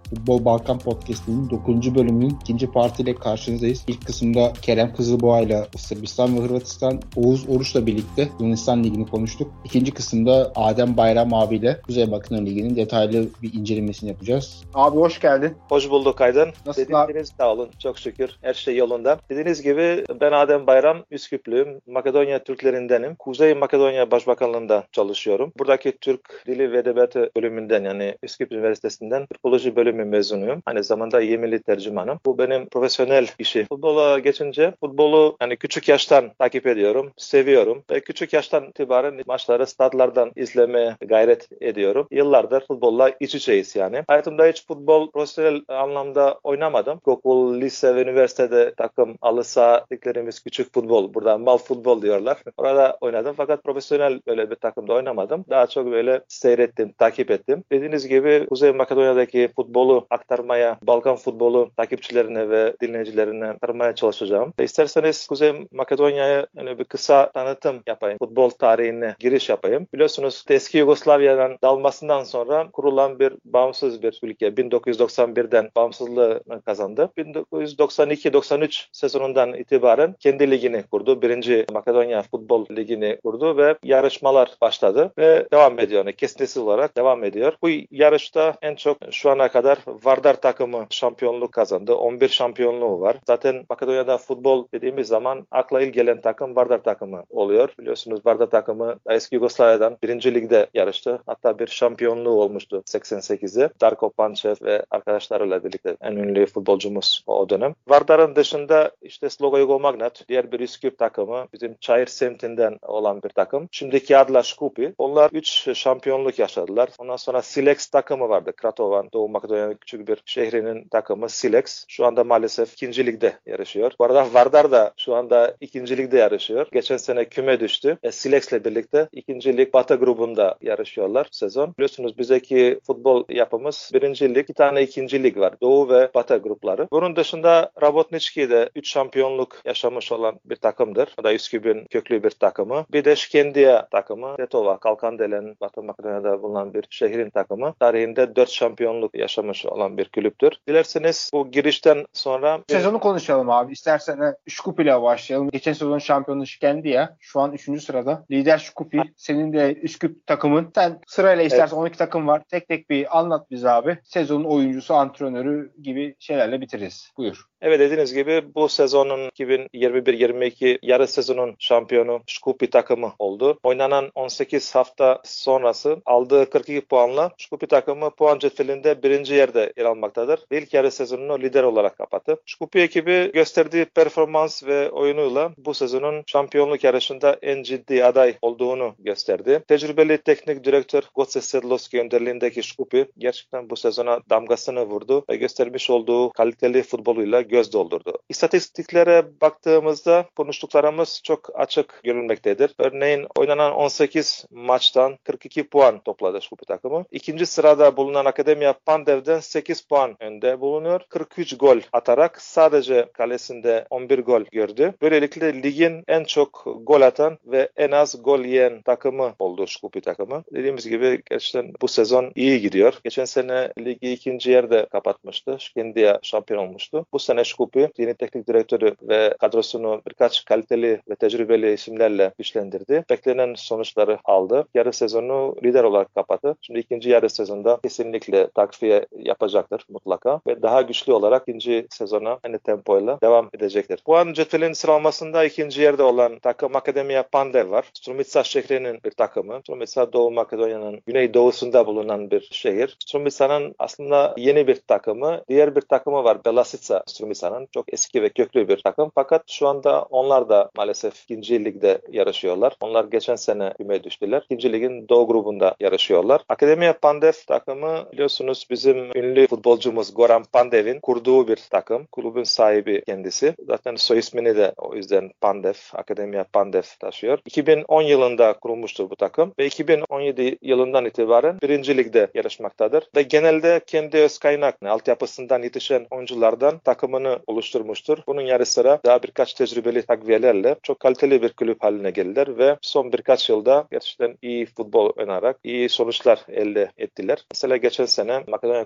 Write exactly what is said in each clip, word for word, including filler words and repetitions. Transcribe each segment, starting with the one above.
Futbol Balkan Podcast'inin dokuzuncu bölümünün ikinci partiyle karşınızdayız. İlk kısımda Kerem Kızılboğa ile Sırbistan ve Hırvatistan, Oğuz Oruç'la birlikte Yunanistan Ligi'ni konuştuk. İkinci kısımda Adem Bayram abiyle Kuzey Balkan Ligi'nin detaylı bir incelemesini yapacağız. Abi hoş geldin. Hoş bulduk Aydın. Nasılsın Dediğiniz sağ olun. Çok şükür. Her şey yolunda. Dediğiniz gibi ben Adem Bayram, Üsküplüyüm. Makedonya Türklerindenim. Kuzey Makedonya Başbakanlığı'nda çalışıyorum. Buradaki Türk Dili ve Edebiyatı bölümünden, yani Üsküp Üniversitesi'nden Türkoloji bölümü mezunuyum. Aynı zamanda Yemili tercümanım. Bu benim profesyonel işi. Futbola geçince futbolu yani küçük yaştan takip ediyorum, seviyorum ve küçük yaştan itibaren maçları stadlardan izlemeye gayret ediyorum. Yıllardır futbolla iç içeyiz yani. Hayatımda hiç futbol profesyonel anlamda oynamadım. Okul, lise ve üniversitede takım, halı saha dediklerimiz küçük futbol. Burada mal futbol diyorlar. Orada oynadım fakat profesyonel böyle bir takımda oynamadım. Daha çok böyle seyrettim, takip ettim. Dediğiniz gibi Kuzey Makedonya'daki futbolu aktarmaya, Balkan futbolu takipçilerine ve dinleyicilerine aktarmaya çalışacağım. Ve isterseniz Kuzey Makedonya'ya yani bir kısa tanıtım yapayım. Futbol tarihine giriş yapayım. Biliyorsunuz eski Yugoslavya'dan dalmasından sonra kurulan bir bağımsız bir ülke. bin dokuz yüz doksan birden bağımsızlığını kazandı. bin dokuz yüz doksan iki doksan üç sezonundan itibaren kendi ligini kurdu. Birinci Makedonya Futbol Ligi'ni kurdu ve yarışmalar başladı ve devam ediyor. Yani kesintisiz olarak devam ediyor. Bu yarışta en çok şu ana kadar Vardar takımı şampiyonluk kazandı. on bir şampiyonluğu var. Zaten Makedonya'da futbol dediğimiz zaman akla ilk gelen takım Vardar takımı oluyor. Biliyorsunuz Vardar takımı eski Yugoslavya'dan birinci ligde yarıştı. Hatta bir şampiyonluğu olmuştu seksen sekizde. Darko Pančev ve arkadaşlarıyla birlikte en ünlü futbolcumuz o dönem. Vardar'ın dışında işte Sloga Jugomagnat, diğer bir Üsküp takımı, bizim Çayır semtinden olan bir takım. Şimdiki adla Škupi. Onlar üç şampiyonluk yaşadılar. Ondan sonra Silex takımı vardı. Kratovan, Doğu Makedonya'nın küçük bir şehrinin takımı Silex. Şu anda maalesef ikinci ligde yarışıyor. Bu arada Vardar da şu anda ikinci ligde yarışıyor. Geçen sene küme düştü. E, Silex'le birlikte ikinci lig Batı grubunda yarışıyorlar sezon. Biliyorsunuz bizdeki futbol yapımız birinci lig, iki tane ikinci lig var. Doğu ve Batı grupları. Bunun dışında Rabotnički üç şampiyonluk yaşamış olan bir takımdır. O da Üsküp'ün köklü bir takımı. Bir de Şkendiya takımı. Tetova, Kalkandelen, Batı Makedonya'da bulunan bir şehrin takımı. Tarihinde dört şampiyonluk yaşamış olan bir kulüptür. Dilerseniz bu girişten sonra sezonu konuşalım abi. İstersen Škupi ile başlayalım. Geçen sezon şampiyonu Şkendiya. Şu an üçüncü sırada. Lider Škupi. Senin de Üsküp takımın. Sen sırayla istersen evet. on iki takım var. Tek tek bir anlat bize abi. Sezonun oyuncusu, antrenörü gibi şeylerle bitiririz. Buyur. Evet, dediğiniz gibi bu sezonun iki bin yirmi bir yirmi iki yarı sezonun şampiyonu Škupi takımı oldu. Oynanan on sekiz hafta sonrası aldığı kırk iki puanla Škupi takımı puan cetvelinde birinci yerde yer almaktadır. İlk yarı sezonunu lider olarak kapattı. Škupi ekibi gösterdiği performans ve oyunuyla bu sezonun şampiyonluk yarışında en ciddi aday olduğunu gösterdi. Tecrübeli teknik direktör Goce Sedlovski önderliğindeki Škupi gerçekten bu sezona damgasını vurdu ve göstermiş olduğu kaliteli futboluyla göz doldurdu. İstatistiklere baktığımızda konuştuklarımız çok açık görülmektedir. Örneğin oynanan on sekiz maçtan kırk iki puan topladı Škupi takımı. İkinci sırada bulunan Akademia Pandev'den sekiz puan önde bulunuyor. kırk üç gol atarak sadece kalesinde on bir gol gördü. Böylelikle ligin en çok gol atan ve en az gol yiyen takımı oldu Škupi takımı. Dediğimiz gibi gerçekten bu sezon iyi gidiyor. Geçen sene ligi ikinci yerde kapatmıştı. Şkendiya şampiyon olmuştu. Bu sene Škupi yeni teknik direktörü ve kadrosunu birkaç kaliteli ve tecrübeli isimlerle güçlendirdi. Beklenen sonuçları aldı. Yarı sezonu lider olarak kapattı. Şimdi ikinci yarı sezonda kesinlikle takviye yapacaktır mutlaka ve daha güçlü olarak ikinci sezona aynı tempoyla devam edecektir. Puan cetvelinin sıralamasında ikinci yerde olan takım Akademia Pandev var. Strumitsa şehrinin bir takımı. Strumitsa Doğu Makedonya'nın güneydoğusunda bulunan bir şehir. Strumitsa'nın aslında yeni bir takımı. Diğer bir takımı var. Belasica Strumitsa'nın. Çok eski ve köklü bir takım. Fakat şu anda onlar da maalesef ikinci ligde yarışıyorlar. Onlar geçen sene küme düştüler. İkinci ligin Doğu grubunda yarışıyorlar. Akademia Pandev takımı biliyorsunuz bizim ünlü futbolcumuz Goran Pandev'in kurduğu bir takım. Kulübün sahibi kendisi. Zaten soy ismini de o yüzden Pandev, Akademia Pandev taşıyor. iki bin on yılında kurulmuştur bu takım ve iki bin on yedi yılından itibaren birinci ligde yarışmaktadır. Ve genelde kendi öz kaynak, altyapısından yetişen oyunculardan takımını oluşturmuştur. Bunun yarı sıra daha birkaç tecrübeli takviyelerle çok kaliteli bir kulüp haline geldiler ve son birkaç yılda gerçekten iyi futbol oynayarak iyi sonuçlar elde ettiler. Mesela geçen sene Makedonya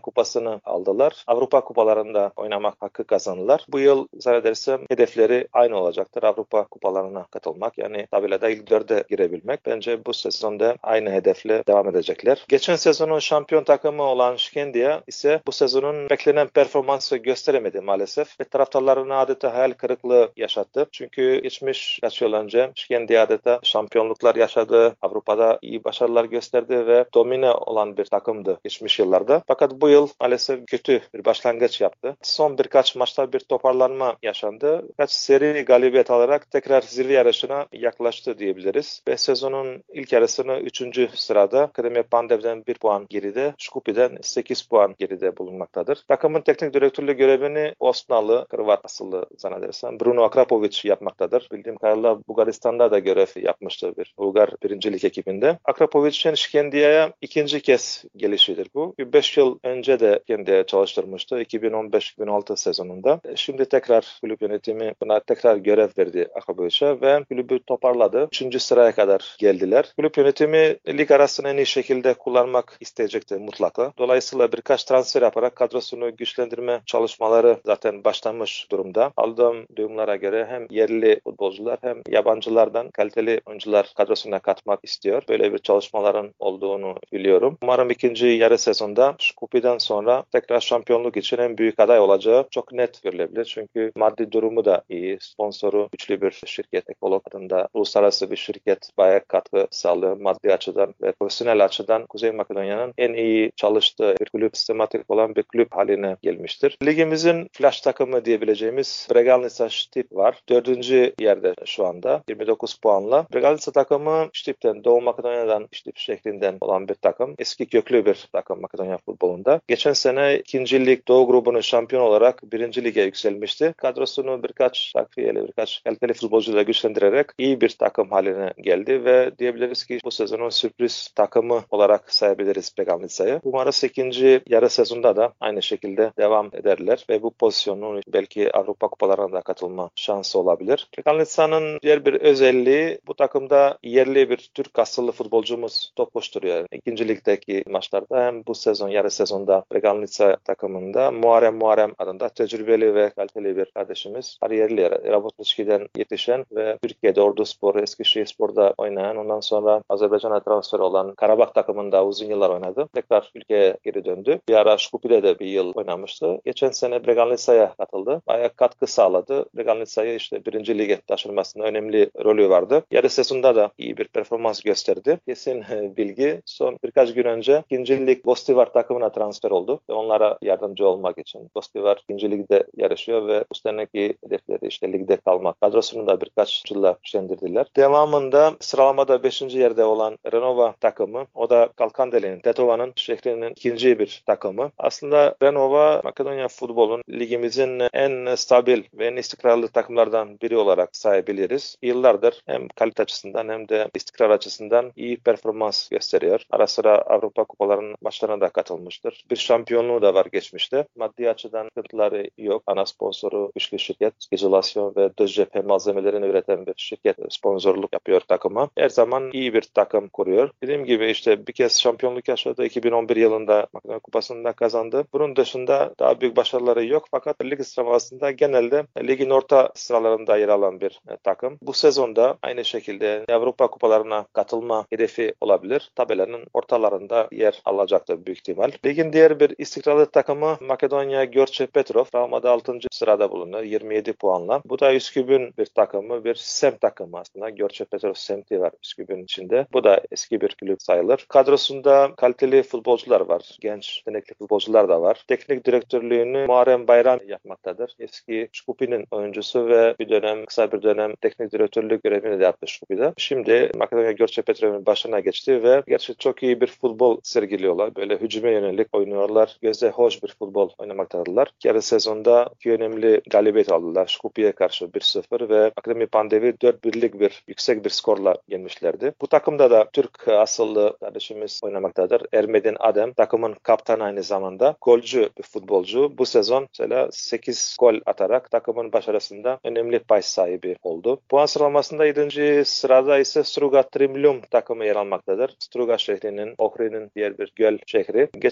kupasını aldılar. Avrupa kupalarında oynamak hakkı kazandılar. Bu yıl zannedersem hedefleri aynı olacaktır. Avrupa kupalarına katılmak. Yani tabelada ilk dörde girebilmek. Bence bu sezonda aynı hedefle devam edecekler. Geçen sezonun şampiyon takımı olan Şkendiya ise bu sezonun beklenen performansı gösteremedi maalesef ve taraftarlarına adeta hayal kırıklığı yaşattı. Çünkü geçmiş kaç yıl önce Şkendiya adeta şampiyonluklar yaşadı. Avrupa'da iyi başarılar gösterdi ve domine olan bir takımdı geçmiş yıllarda. Fakat bu yıl maalesef kötü bir başlangıç yaptı. Son birkaç maçta bir toparlanma yaşandı. Kaç seri galibiyet alarak tekrar zirve yarışına yaklaştı diyebiliriz. Ve sezonun ilk yarısını üçüncü sırada Akademi Pandev'den bir puan geride, Škupi'den sekiz puan geride bulunmaktadır. Takımın teknik direktörlüğü görevini Osnalı, Hırvat asıllı zannedersem Bruno Akrapovic yapmaktadır. Bildiğim kadarıyla Bulgaristan'da da görev yapmıştır bir Bulgar birincilik ekibinde. Akrapovic'in Şkendiya'ya ikinci kez gelişidir bu. beş yıl önce de Şkendiya'ya çalıştırmıştı iki bin on beş iki bin on altı sezonunda. Şimdi tekrar kulüp yönetimi buna tekrar görev verdi Akrapovic'e ve kulübü toparladı. Üçüncü sıraya kadar geldiler. Kulüp yönetimi lig arasını en iyi şekilde kullanmak isteyecekti mutlaka. Dolayısıyla birkaç transfer yaparak kadrosunu güçlendirme çalışmaları zaten başlamış durumda. Aldığım duyumlara göre hem yerli futbolcular hem yabancılardan kaliteli oyuncular kadrosuna katmak istiyor. Böyle bir çalışmaların olduğunu biliyorum. Umarım ikinci yarı sezonda Škupi'den sonra tekrar şampiyonluk için en büyük aday olacağı çok net görülebilir. Çünkü maddi durumu da iyi. Sponsoru güçlü bir şirket. Ekolog adında uluslararası bir şirket bayağı katkı sağlıyor maddi açıdan ve profesyonel açıdan Kuzey Makedonya'nın en iyi çalıştığı bir kulüp, sistematik olan bir kulüp haline gelmiştir. Ligimizin flash takımı diyebileceğimiz Bregalnica Štip var. Dördüncü yerde şu anda yirmi dokuz puanla. Bregalnica takımı Štip'ten, Doğu Makedonya'dan Štip şehrinden olan bir takım. Eski köklü bir takım Makedonya futbolunda. Geçen sene ikinci lig Doğu grubunun şampiyon olarak birinci lige yükselmişti. Kadrosunu birkaç takviyeyle, birkaç kaliteli futbolcuyla güçlendirerek iyi bir takım haline geldi ve diyebiliriz ki bu sezonun sürpriz takımı olarak sayabiliriz Bregalnica'yı. Umarız ikinci yarı sezonda da aynı şekilde devam ederler ve bu pozisyonun belki Avrupa kupalarına da katılma şansı olabilir. Bregalnica'nın diğer bir özelliği bu takımda yerli bir Türk asıllı futbolcumuz top koşturuyor. İkinci ligdeki maçlarda hem bu sezon yarı sezonda Bregalnica takımında Muharrem Muharrem adında tecrübeli ve kaliteli bir kardeşimiz. Kariyerli Rabotniçki'den yetişen ve Türkiye'de Orduspor, Eskişehirspor'da oynayan, ondan sonra Azerbaycan'a transfer olan Karabağ takımında uzun yıllar oynadı. Tekrar ülkeye geri döndü. Bir ara Škupi'de de bir yıl oynamıştı. Geçen sene Bregalnica'ya katıldı. Bayağı katkı sağladı. Bregalnica'yı işte birinci lige taşınmasında önemli rolü vardı. Yarı sezonda da iyi bir performans gösterdi. Kesin bilgi son birkaç gün önce ikinci lig Gostivar takımına transfer oldu. Ve onlara yardımcı olmak için. Gostivar ikinci ligde yarışıyor ve bu seneki hedefleri işte ligde kalmak. Kadrosunu da birkaç yılla güçlendirdiler. Devamında sıralamada beşinci yerde olan Renova takımı. O da Kalkandeli'nin, Tetova'nın şehrinin ikinci bir takımı. Aslında Renova Makedonya futbolun ligimizin en stabil ve en istikrarlı takımlardan biri olarak sayabiliriz. Yıllardır hem kalite açısından hem de istikrar açısından iyi performans gösteriyor. Ara sıra Avrupa kupalarının maçlarına da katılmıştır. Bir şampiyonluğu da var geçmişte. Maddi açıdan sıkıntıları yok. Ana sponsoru güçlü şirket. İzolasyon ve dış cephe malzemelerini üreten bir şirket sponsorluk yapıyor takıma. Her zaman iyi bir takım kuruyor. Dediğim gibi işte bir kez şampiyonluk yaşadı. iki bin on bir yılında Makedonya Kupası'nı da kazandı. Bunun dışında daha büyük başarıları yok fakat lig sıralamasında genelde ligin orta sıralarında yer alan bir takım. Bu sezonda aynı şekilde Avrupa kupalarına katılma hedefi olabilir. Tabelanın ortalarında yer alacaktır büyük ihtimal. Ligin diğer bir istikrarlı takımı Makedonya Görçe Petrov. Sıralama altıncı sırada bulunuyor yirmi yedi puanla. Bu da Üsküp'ün bir takımı, bir semt takımı aslında. Görçe Petrov semti var Üsküp'ün içinde. Bu da eski bir kulüp sayılır. Kadrosunda kaliteli futbolcular var. Genç, yetenekli futbolcular da var. Teknik direktörlüğünü Muharrem Bayram yapmaktadır. Eski Škupi'nin oyuncusu ve bir dönem, kısa bir dönem teknik direktörlük görevini de yaptı Škupi'de. Şimdi Makedonya Görçe Petrov'un başına geçti ve gerçekten çok iyi bir futbol sergiliyorlar. Böyle hücuma yönelik oynuyorlar. Göze hoş bir futbol oynamaktadırlar. Yarı sezonda iki önemli galibiyet aldılar. Škupi'ye karşı bir sıfır ve Akademi Pandev'i dört birlik bir yüksek bir skorla yenmişlerdi. Bu takımda da Türk asıllı kardeşimiz oynamaktadır. Ermedin Adem takımın kaptanı aynı zamanda. Golcü bir futbolcu. Bu sezon mesela sekiz gol atarak takımın başarısında önemli pay sahibi oldu. Puan sıralamasında yedinci sırada ise Struga Trimlum takımı yer almaktadır. Struga şehrinin, Ohrid'in diğer bir göl şehri. Geçen sezon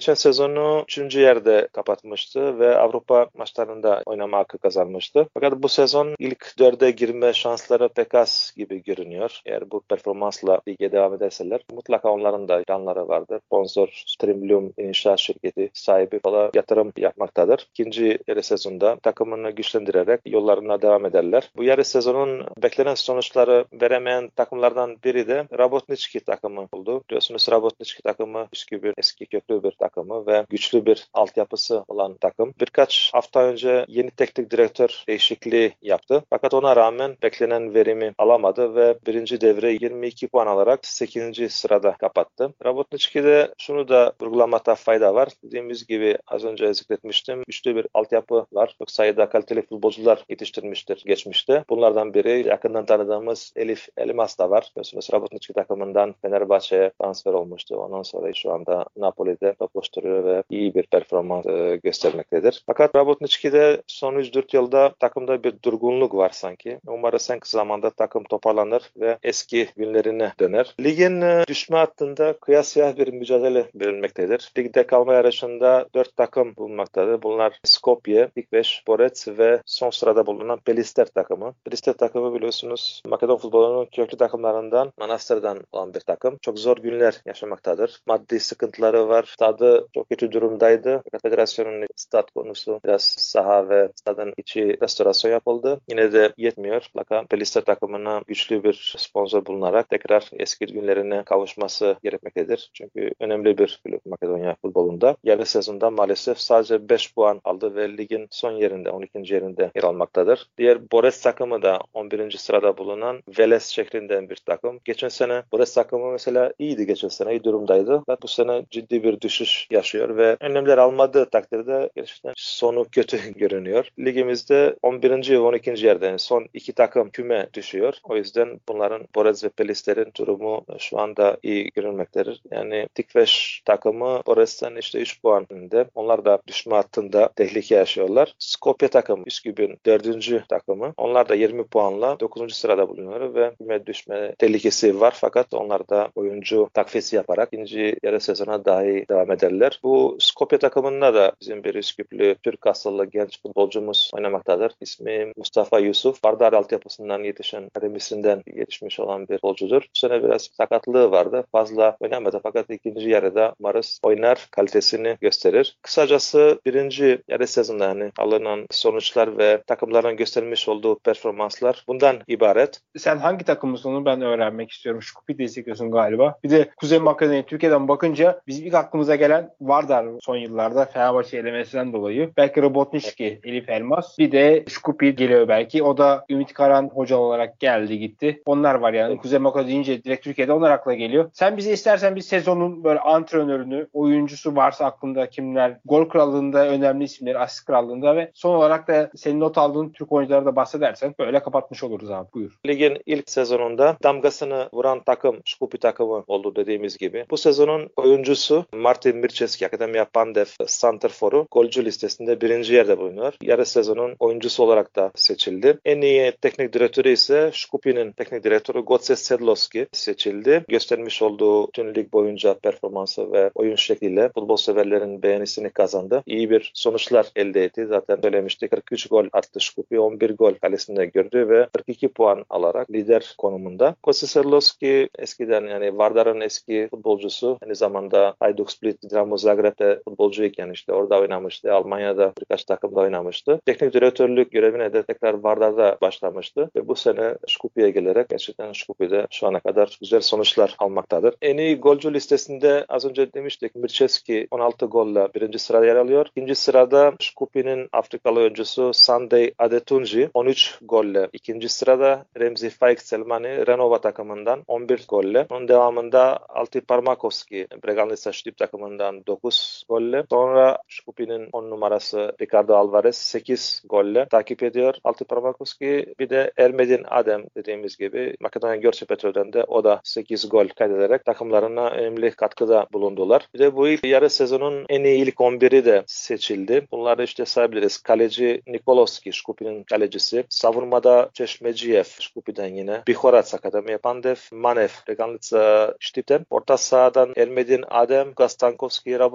sezonu üçüncü yerde kapatmıştı ve Avrupa maçlarında oynama hakkı kazanmıştı. Fakat bu sezon ilk dörde girme şansları pek az gibi görünüyor. Eğer bu performansla lige devam ederseler mutlaka onların da planları vardır. Sponsor Streamlum inşaat şirketi sahibi falan yatırım yapmaktadır. İkinci yarı sezonda takımını güçlendirerek yollarına devam ederler. Bu yarı sezonun beklenen sonuçları veremeyen takımlardan biri de Rabotnički takımı oldu. Biliyorsunuz Rabotnički takımı bir eski köklü bir takımı ve güçlü bir altyapısı olan takım. Birkaç hafta önce yeni teknik direktör değişikliği yaptı. Fakat ona rağmen beklenen verimi alamadı ve birinci devre yirmi iki puan alarak sekizinci sırada kapattı. Rabotnički'de şunu da vurgulamakta fayda var. Dediğimiz gibi az önce zikretmiştim. Güçlü bir altyapı var. Çok sayıda kaliteli futbolcular yetiştirmiştir geçmişte. Bunlardan biri yakından tanıdığımız Elif Elmas da var. Biliyorsunuz Rabotnički takımından Fenerbahçe'ye transfer olmuştu. Ondan sonra şu anda Napoli'de top koşturuyor ve iyi bir performans e, göstermektedir. Fakat Rabotnički'de son üç dört yılda takımda bir durgunluk var sanki. Umarız en kısa zamanda takım toparlanır ve eski günlerine döner. Ligin e, düşme hattında kıyasıya bir mücadele verilmektedir. Ligde kalma yarışında dört takım bulunmaktadır. Bunlar Skopje, Tikveş, Borets ve son sırada bulunan Pelister takımı. Pelister takımı biliyorsunuz Makedon futbolunun köklü takımlarından Manastır'dan olan bir takım. Çok zor günler yaşamaktadır. Maddi sıkıntıları var. Stadı çok kötü durumdaydı. Federasyonun stat konusu biraz saha ve stadın içi restorasyon yapıldı. Yine de yetmiyor. Mutlaka Pelister takımına güçlü bir sponsor bulunarak tekrar eski günlerine kavuşması gerekmektedir. Çünkü önemli bir kulüp Makedonya futbolunda. Yarı sezonda maalesef sadece beş puan aldı ve ligin son yerinde, on ikinci yerinde yer almaktadır. Diğer Borets takımı da on birinci sırada bulunan Veles şehrinden bir takım. Geçen sene Borets takımı mesela iyiydi geçen sene, iyi durumdaydı. Fakat bu sene ciddi bir düşüş yaşıyor ve önlemler almadığı takdirde gerçekten sonu kötü görünüyor. Ligimizde on birinci ve on ikinci yerden son iki takım küme düşüyor. O yüzden bunların Borets ve Pelister'in durumu şu anda iyi görünmektedir. Yani Tikveş takımı Borets'ten işte üç puan önünde. Onlar da düşme hattında tehlike yaşıyorlar. Skopje takımı Üsküp'ün dördüncü takımı. Onlar da yirmi puanla dokuzuncu sırada bulunuyor ve küme düşme tehlikesi var fakat onlar da oyuncu takviyesi yaparak ikinci yarı sezona dahi devam ederler. Bu Skopje takımında da bizim bir Üsküplü Türk asıllı genç futbolcumuz oynamaktadır. İsmi Mustafa Yusuf. Vardar altyapısından yetişen, akademisinden yetişmiş olan bir futbolcudur. Bu sene biraz sakatlığı vardı. Fazla oynamadı fakat ikinci yarıda umarız oynar, kalitesini gösterir. Kısacası birinci yarı sezonda yani alınan sonuçlar ve takımların göstermiş olduğu performanslar bundan ibaret. Sen hangi takımlısın onu ben öğrenmek istiyorum. Şkupi destekliyorsun galiba. Bir de Kuzey Makedonya Türkiye'den bakınca bizim ilk aklımıza gelen Vardar son yıllarda Fenerbahçe elemesinden dolayı. Belki Rabotnički, Elif Elmas. Bir de Şkupi geliyor belki. O da Ümit Karan hoca olarak geldi gitti. Onlar var yani. Evet. Kuzey Makedonya deyince direkt Türkiye'de onlar akla geliyor. Sen bize istersen bir sezonun böyle antrenörünü, oyuncusu varsa aklında kimler, gol krallığında önemli isimleri, asist krallığında ve son olarak da senin not aldığın Türk oyuncuları da bahsedersen böyle kapatmış oluruz abi. Buyur. Ligin ilk sezonunda damgasını vuran takım Şkupi takımı oldu dediğimiz gibi. Bu sezonun oyuncusu Martin Mirceski, Akademiya Pandev Santrfor'u golcü listesinde birinci yerde bulunuyor. Yarı sezonun oyuncusu olarak da seçildi. En iyi teknik direktörü ise Şkupi'nin teknik direktörü Goce Sedlovski seçildi. Göstermiş olduğu tüm lig boyunca performansı ve oyun şekliyle futbol severlerin beğenisini kazandı. İyi bir sonuçlar elde etti. Zaten söylemiştik kırk üç gol attı Şkupi, on bir gol kalesinde gördü ve kırk iki puan alarak lider konumunda. Goce Sedlovski eskiden yani Vardar'ın eski futbolcusu. Aynı zamanda Hajduk Split, Dinamo Zagreb'de futbolcuyken işte orada oynamıştı. Almanya'da birkaç takımda oynamıştı. Teknik direktörlük görevine de tekrar Vardar'da başlamıştı ve bu sene Şkupi'ye gelerek gerçekten Şkupi'de şu ana kadar güzel sonuçlar almaktadır. En iyi golcü listesinde az önce demiştik Mirceski on altı golle birinci sırada yer alıyor. İkinci sırada Şkupi'nin Afrikalı oyuncusu Sunday Adetunji on üç golle. İkinci sırada Remzi Faik Selmani Renova takımından on bir golle. Onun devamında Alti Parmakovski Breganlisa Štip takımından dokuz golle. Sonra Şkupi'nin on numarası Ricardo Alvarez sekiz golle takip ediyor. Alti Parmakovski bir de Ermedin Adem dediğimiz gibi Makedonya Görçe Petrol'den de o da sekiz gol kaydederek takımlarına önemli katkıda bulundular. Bir de bu ilk yarı sezonun en iyi ilk on biri de seçildi. Bunları işte sayabiliriz. Kaleci Nikolovski, Şkupi'nin kalecisi. Savunmada Çeşmeciyev, Şkupi'den yine. Bihorac, Akademiya Pandev, Manev, Breganlitsa Štip'ten. Orta sahadan Ermedin Adem, Gastankovski,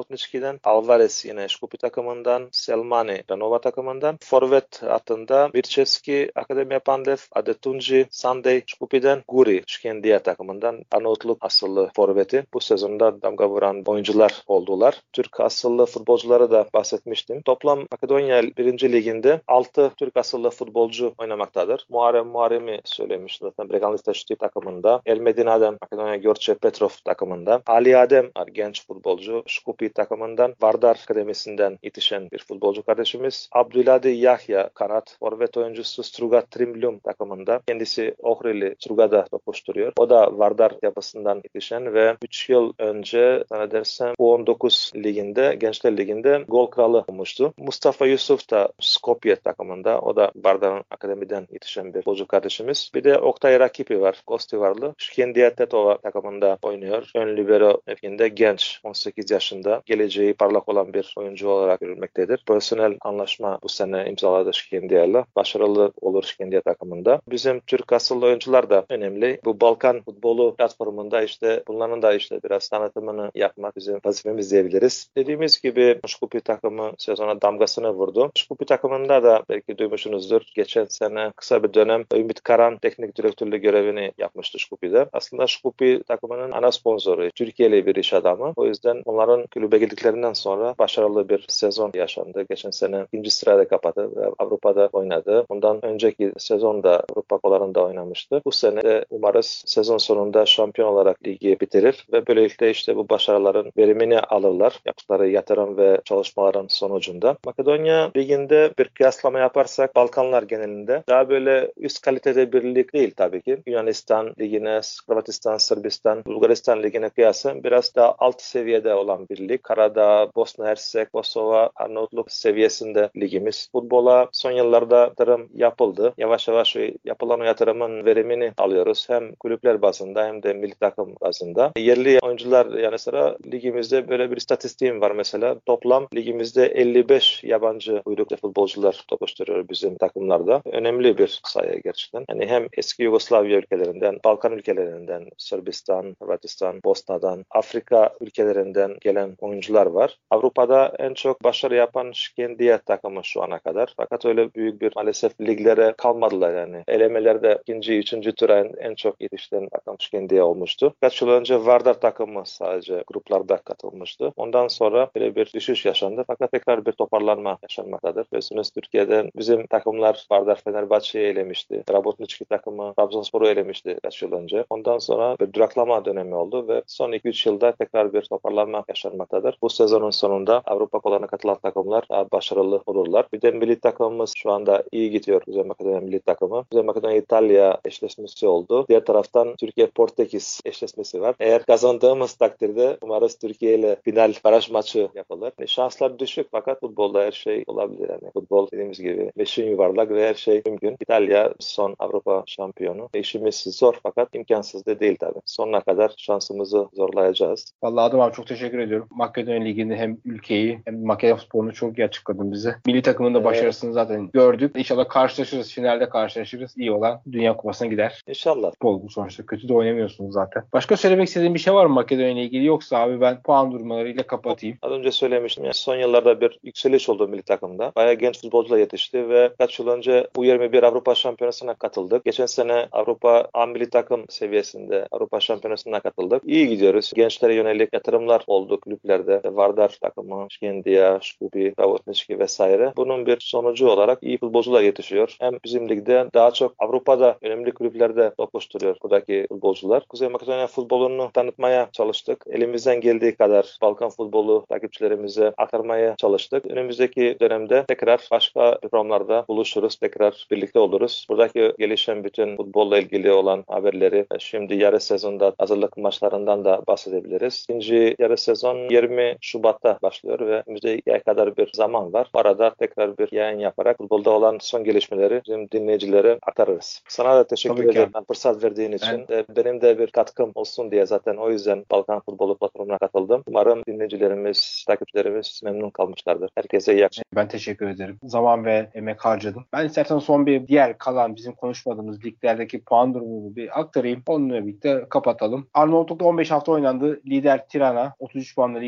Rabotnički'den, Alvarez yine Shkupi takımından, Selmani Renova takımından, forvet hattında Birchevski Akademiya Pandev, Adetunji Sunday Shkupi'den, Guri Shkendiya takımından Arnavutluk asıllı forveti. Bu sezonda damga vuran oyuncular oldular. Türk asıllı futbolcuları da bahsetmiştim. Toplam Makedonya birinci liginde altı Türk asıllı futbolcu oynamaktadır. Muharrem Muharrem'i söylemiştim zaten. Breganlista Ştip takımında. Elmedin Adem Makedonya Görçe Petrov takımında. Ali Adem genç futbolcu. Shkupi takımından. Vardar Akademisi'nden yetişen bir futbolcu kardeşimiz. Abdülhadi Yahya kanat forvet oyuncusu Struga Trimlum takımında. Kendisi Ohrili Struga'da topuşturuyor. O da Vardar yapısından yetişen ve üç yıl önce zannedersem U on dokuz liginde, Gençler Ligi'nde gol kralı olmuştu. Mustafa Yusuf da Skopje takımında. O da Vardar Akademi'den yetişen bir futbolcu kardeşimiz. Bir de Oktay Rakipi var. Gostivarlı. Şkendiya Tetova takımında oynuyor. Ön libero mevkinde genç. on sekiz yaşında. Geleceği parlak olan bir oyuncu olarak görülmektedir. Profesyonel anlaşma bu sene imzaladı Şkendiya'yla. Başarılı olur Şkendiya takımında. Bizim Türk asıllı oyuncular da önemli. Bu Balkan futbolu platformunda işte bunların da işte biraz tanıtımını yapmak bizim vazifemiz diyebiliriz. Dediğimiz gibi Shkupi takımı sezona damgasını vurdu. Shkupi takımında da belki duymuşsunuzdur. Geçen sene kısa bir dönem Ümit Karan teknik direktörlüğü görevini yapmıştı Shkupi'de. Aslında Shkupi takımının ana sponsoru Türkiye'li bir iş adamı. O yüzden onların kulübe geldiklerinden sonra başarılı bir sezon yaşandı. Geçen sene ikinci sırada kapattı ve Avrupa'da oynadı. Ondan önceki sezonda Avrupa Kupalarında oynamıştı. Bu sene de umarız sezon sonunda şampiyon olarak ligi bitirir ve böylelikle işte bu başarıların verimini alırlar. Yaptıkları yatırım ve çalışmaların sonucunda. Makedonya liginde bir kıyaslama yaparsak Balkanlar genelinde daha böyle üst kalitede bir lig değil tabii ki. Yunanistan ligine, Hırvatistan, Sırbistan, Bulgaristan ligine kıyasla biraz daha alt seviyede olan bir lig. Karadağ, Bosna Hersek, Kosova, Arnavutluk seviyesinde ligimiz. Futbola son yıllarda yatırım yapıldı. Yavaş yavaş yapılan o yatırımın verimini alıyoruz. Hem kulüpler bazında hem de milli takım bazında. Yerli oyuncular yanı sıra ligimizde böyle bir istatistiğim var mesela. Toplam ligimizde elli beş yabancı uyruklu futbolcular topuşturuyor bizim takımlarda. Önemli bir sayı gerçekten. Yani hem eski Yugoslavya ülkelerinden, Balkan ülkelerinden, Sırbistan, Hırvatistan, Bosna'dan, Afrika ülkelerinden gelen oyuncular var. Avrupa'da en çok başarı yapan Şkendiya takımı şu ana kadar. Fakat öyle büyük bir maalesef liglere kalmadılar yani. Elemelerde ikinci, üçüncü tura en, en çok yetiştiren takım Şkendiya olmuştu. Kaç yıl önce Vardar takımı sadece gruplarda katılmıştı. Ondan sonra böyle bir düşüş yaşandı. Fakat tekrar bir toparlanma yaşanmaktadır. Biliyorsunuz Türkiye'de bizim takımlar Vardar Fenerbahçe'yi elemişti. Rabotnički takımı Trabzonspor'u elemişti kaç yıl önce. Ondan sonra bir duraklama dönemi oldu ve son iki üç yılda tekrar bir toparlanma yaşanmaktadır. Bu sezonun sonunda Avrupa Kupalarına katılan takımlar daha başarılı olurlar. Bir de milli takımımız şu anda iyi gidiyor. Kuzey Makedonya milli takımı. Kuzey Makedonya İtalya eşleşmesi oldu. Diğer taraftan Türkiye Portekiz eşleşmesi var. Eğer kazandığımız takdirde umarız Türkiye ile final baraj maçı yapılır. Yani şanslar düşük fakat futbolda her şey olabilir. Yani futbol dediğimiz gibi beşin yuvarlak ve her şey mümkün. İtalya son Avrupa şampiyonu. İşimiz zor fakat imkansız da değil tabii. Sonuna kadar şansımızı zorlayacağız. Vallahi Adam abi çok teşekkür ediyorum. Makedonya Ligi'ni hem ülkeyi hem Makedonya futbolunu çok iyi açıkladın bize. Milli takımın da başarısını evet. zaten gördük. İnşallah karşılaşırız. Finalde karşılaşırız. İyi olan Dünya Kupası'na gider. İnşallah. Futbol bu sonuçta. Kötü de oynamıyorsunuz zaten. Başka söylemek istediğin bir şey var mı Makedonya ile ilgili? Yoksa abi ben puan durumlarıyla kapatayım. Az önce söylemiştim ya son yıllarda bir yükseliş oldu milli takımda. Bayağı genç futbolcular yetişti ve kaç yıl önce U yirmi bir Avrupa Şampiyonası'na katıldık. Geçen sene Avrupa A milli takım seviyesinde Avrupa Şampiyonası'na katıldık. İyi gidiyoruz. Gençlere yönelik yatırımlar oldu kulüplerde. Vardar takımı, Şkendiya, Shkupi, Rabotnički vesaire. Bunun bir sonucu olarak iyi futbolcular yetişiyor. Hem bizim ligde daha çok Avrupa'da önemli kulüplerde topuşturuyor buradaki futbolcular. Kuzey Makedonya futbolunu tanıtmaya çalıştık. Elimizden geldiği kadar Balkan futbolu takipçilerimize aktarmaya çalıştık. Önümüzdeki dönemde tekrar başka programlarda buluşuruz. Tekrar birlikte oluruz. Buradaki gelişen bütün futbolla ilgili olan haberleri şimdi yarı sezonda hazırlık maçlarından da bahsedebiliriz. İkinci yarı sezon yirmi Şubat'ta başlıyor ve önümüzdeki ay kadar bir zaman var. Arada tekrar bir yayın yaparak futbolda olan son gelişmeleri bizim dinleyicilere aktarırız. Sana da teşekkür Tabii ederim. Ki. Fırsat verdiğin için. Ben... Benim de bir katkım olsun diye zaten o yüzden Balkan Futbolu platformuna katıldım. Umarım dinleyicilerimiz, takipçilerimiz memnun kalmışlardır. Herkese iyi akşamlar. Ben teşekkür ederim. Zaman ve emek harcadım. Ben istersen son bir diğer kalan bizim konuşmadığımız liglerdeki puan durumunu bir aktarayım. Onunla birlikte kapatalım. Arnavutluk'ta on beş hafta oynandı. Lider Tirana otuz üç puanla lider.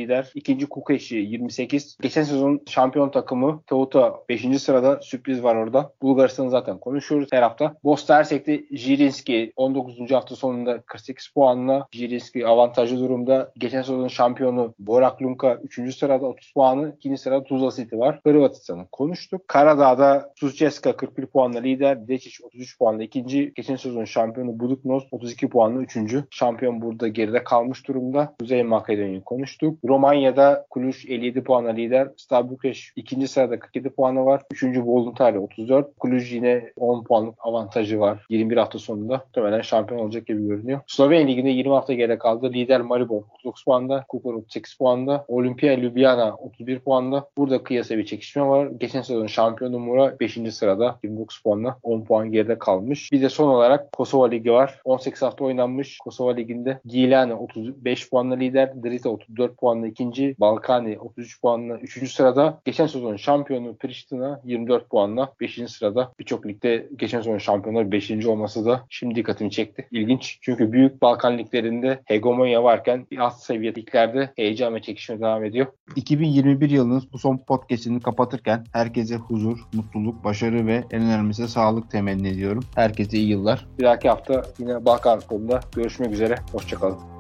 lider. İkinci Kukeşi yirmi sekiz. Geçen sezon şampiyon takımı Teuta beşinci sırada. Sürpriz var orada. Bulgaristan'ı zaten konuşuyoruz her hafta. Bosta Hersek'te Jirinski on dokuzuncu hafta sonunda kırk sekiz puanla. Jirinski avantajlı durumda. Geçen sezonun şampiyonu Borak Lunka üçüncü sırada otuz puanı. ikinci sırada Tuzla City var. Hırvatistan'ı konuştuk. Karadağ'da Suzceska kırk bir puanla lider. Dečić otuz üç puanla ikinci. Geçen sezonun şampiyonu Budućnost otuz iki puanla üçüncü. Şampiyon burada geride kalmış durumda. Kuzey Makedonya'yı konuştuk. Romanya'da Cluj elli yedi puanla lider. Steaua Bükreş ikinci sırada kırk yedi puanı var. üçüncü Voluntari otuz dört. Cluj yine on puanlık avantajı var. yirmi bir hafta sonunda muhtemelen şampiyon olacak gibi görünüyor. Slovenya Ligi'nde yirmi hafta geride kaldı. Lider Maribor otuz dokuz puanda. Kuper otuz sekiz puanda. Olimpia Ljubljana otuz bir puanda. Burada kıyasa bir çekişme var. Geçen sezon şampiyonu Mura beşinci sırada yirmi dokuz puanla on puan geride kalmış. Bir de son olarak Kosova Ligi var. on sekiz hafta oynanmış. Kosova Ligi'nde Gilani otuz beş puanla lider. Drita otuz dört puanla ikinci. Balkani otuz üç puanla üçüncü sırada. Geçen sezon şampiyonu Prishtina yirmi dört puanla beşinci sırada. Birçok ligde geçen sezon şampiyonlar beşinci olması da şimdi dikkatimi çekti. İlginç. Çünkü büyük Balkan liglerinde hegemonya varken bir alt seviye liglerde heyecan ve çekişme devam ediyor. iki bin yirmi bir yılının bu son podcast'ini kapatırken herkese huzur, mutluluk, başarı ve en önemlisi sağlık temenni ediyorum. Herkese iyi yıllar. Bir dahaki hafta yine Balkan futbolunda görüşmek üzere. Hoşçakalın.